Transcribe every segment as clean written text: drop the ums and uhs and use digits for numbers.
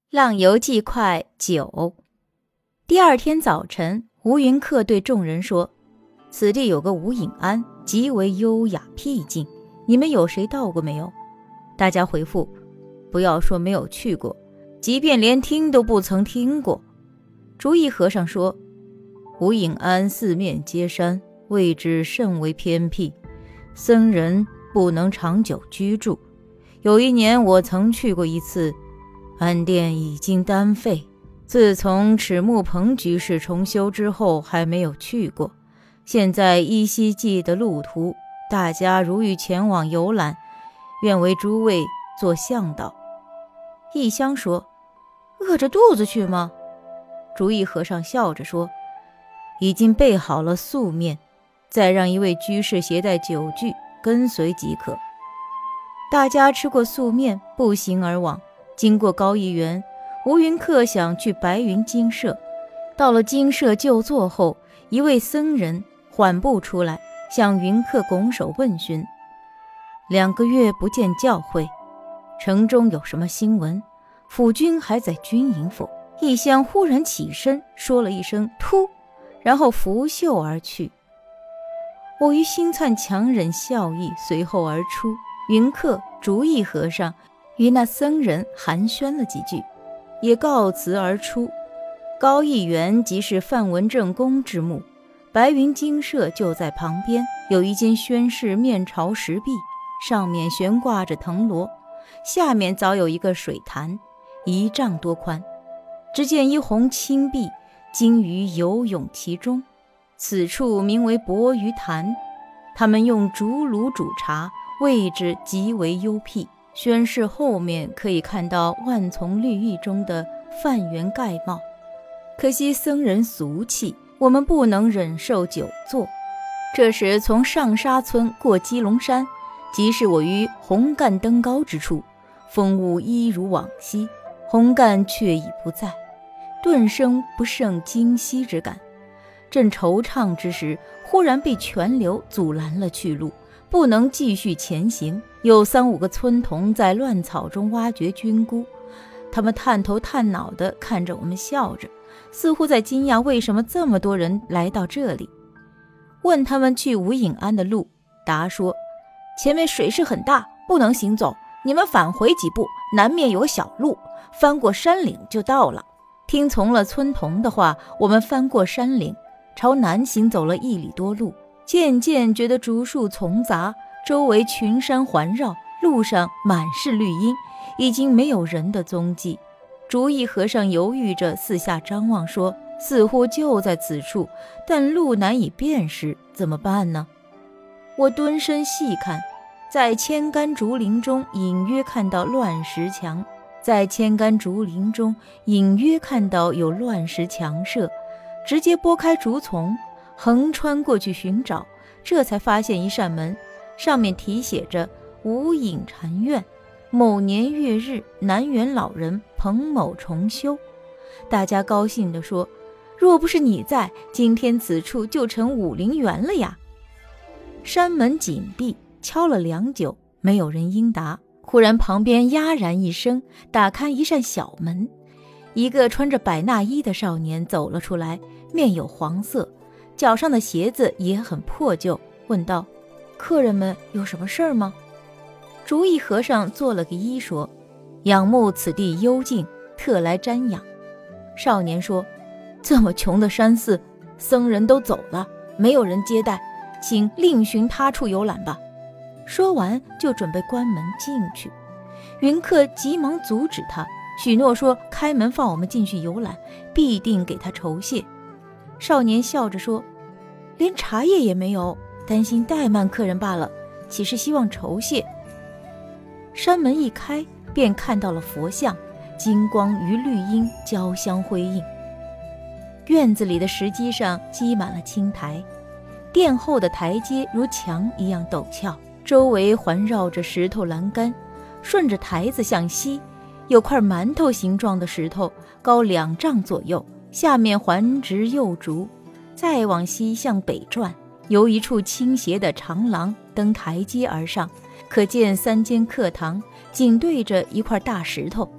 浪游记快9。第二天早晨，吴云客对众人说：“此地有个无影庵，极为优雅僻静，你们有谁到过没有？”大家回复：“不要说没有去过，即便连听都不曾听过。”竹意和尚说：“无影庵四面皆山，位置甚为偏僻，僧人不能长久居住。有一年我曾去过一次，庵殿已经单废，自从齿木棚居士重修之后还没有去过。现在依稀记得路途，大家如欲前往游览，愿为诸位做向导。”异香说：“饿着肚子去吗？”竹意和尚笑着说：“已经备好了素面，再让一位居士携带酒具跟随即可。”大家吃过素面，步行而往。经过高义园，吴云客想去白云精舍。到了精舍就坐后，一位僧人缓步出来，向云客拱手问询：“2个月不见教诲，城中有什么新闻？府君还在军营否？”异香忽然起身，说了一声“突”，然后拂袖而去。我于心灿强忍笑意，随后而出。云客、竹意和尚与那僧人寒暄了几句，也告辞而出。高义园即是范文正公之墓，白云精舍就在旁边，有一间宣室面朝石壁，上面悬挂着藤萝，下面早有一个水潭，1丈多宽。只见一泓清碧，金鱼游泳其中。此处名为博鱼潭，他们用竹炉煮茶，位置极为幽僻。宣室后面可以看到万丛绿意中的梵园盖帽。可惜僧人俗气，我们不能忍受久坐。这时从上沙村过鸡笼山，即是我于红干登高之处，风物一如往昔，红干却已不在，顿生不胜惊息之感。正惆怅之时，忽然被泉流阻拦了去路，不能继续前行。有3、5个村童在乱草中挖掘菌菇，他们探头探脑地看着我们，笑着，似乎在惊讶为什么这么多人来到这里。问他们去无影庵的路，答说：“前面水势很大，不能行走，你们返回几步，南面有个小路，翻过山岭就到了。”听从了村童的话，我们翻过山岭，朝南行走了1里多路，渐渐觉得竹树丛杂，周围群山环绕，路上满是绿荫，已经没有人的踪迹。竹意和尚犹豫着四下张望，说：“似乎就在此处，但路难以辨识，怎么办呢？”我蹲身细看，在千竿竹林中隐约看到乱石墙，有乱石墙舍，直接拨开竹丛，横穿过去寻找，这才发现一扇门，上面题写着无影禅院，某年月日，南园老人彭某重修。大家高兴地说：“若不是你在，今天此处就成武陵源了呀！”山门紧闭，敲了良久，没有人应答。忽然旁边鸦然一声，打开一扇小门，一个穿着百衲衣的少年走了出来，面有黄色，脚上的鞋子也很破旧，问道：“客人们有什么事儿吗？”竹意和尚做了个揖说：“仰慕此地幽静，特来瞻仰。”少年说：“这么穷的山寺，僧人都走了，没有人接待，请另寻他处游览吧。”说完就准备关门进去。云客急忙阻止他，许诺说开门放我们进去游览，必定给他酬谢。少年笑着说：“连茶叶也没有，担心怠慢客人罢了，岂是希望酬谢？”山门一开，便看到了佛像，金光与绿荫交相辉映。院子里的石基上积满了青苔，殿后的台阶如墙一样陡峭，周围环绕着石头栏杆，顺着台子向西，有块馒头形状的石头，高2丈左右，下面环直又竹。再往西向北转，由一处倾斜的长廊登台阶而上，可见3间课堂，紧对着一块大石头，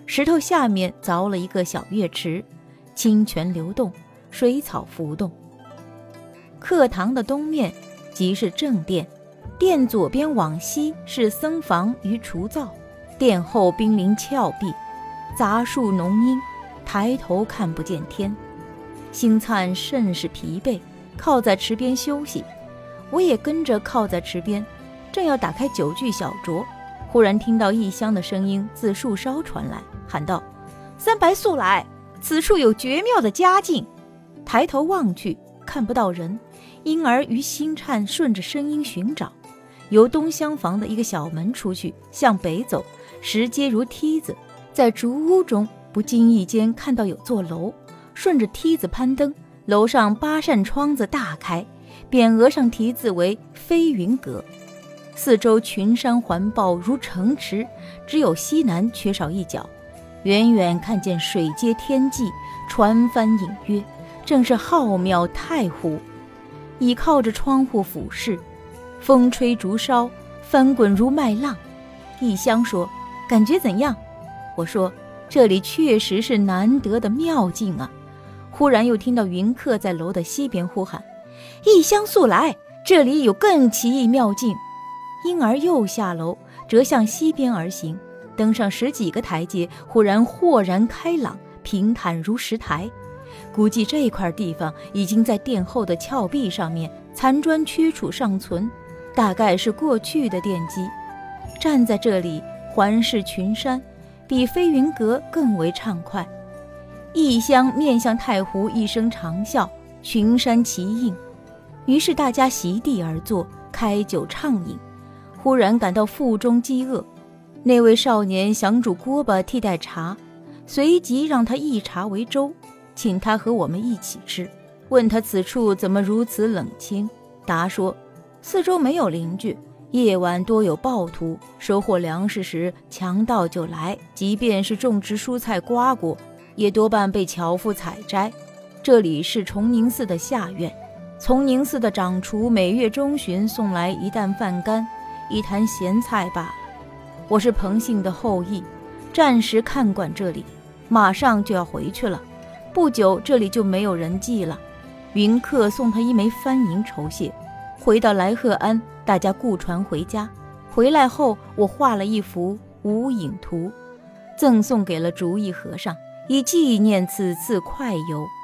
石头下面凿了一个小月池，清泉流动，水草浮动。课堂的东面即是正殿，殿左边往西是僧房与厨灶，殿后濒临峭壁，杂树浓荫，抬头看不见天。星灿甚是疲惫，靠在池边休息。我也跟着靠在池边，正要打开酒具小酌，忽然听到异香的声音自树梢传来，喊道：三白速来，此处有绝妙的佳境。抬头望去，看不到人，因而于星灿顺着声音寻找，由东厢房的一个小门出去，向北走，石阶如梯子，在竹屋中不经意间看到有座楼，顺着梯子攀登，楼上8扇窗子大开，匾额上题字为飞云阁。四周群山环抱如城池，只有西南缺少一角，远远看见水接天际，船帆隐约，正是浩渺太湖。倚靠着窗户俯视，风吹竹梢，翻滚如麦浪。异香说：感觉怎样？我说：这里确实是难得的妙境啊。忽然又听到云客在楼的西边呼喊：异香速来，这里有更奇异妙境。因而又下楼，折向西边而行，登上10几个台阶，忽然豁然开朗，平坦如石台。估计这块地方已经在殿后的峭壁上面残砖缺处尚存，大概是过去的奠基。站在这里环视群山，比飞云阁更为畅快。异香面向太湖一声长啸，群山齐应。于是大家席地而坐，开酒畅饮。忽然感到腹中饥饿，那位少年想煮锅巴替代茶，随即让他一茶为粥，请他和我们一起吃。问他此处怎么如此冷清，答说四周没有邻居，夜晚多有暴徒，收获粮食时强盗就来，即便是种植蔬菜瓜果，也多半被樵夫采摘。这里是崇宁寺的下院，崇宁寺的掌厨每月中旬送来一担饭干，一坛咸菜罢了。我是彭姓的后裔，暂时看管这里，马上就要回去了。不久这里就没有人迹了。云客送他一枚番银酬谢。回到来贺安，大家雇船回家。回来后，我画了一幅无影图，赠送给了竹意和尚，以纪念此次快游。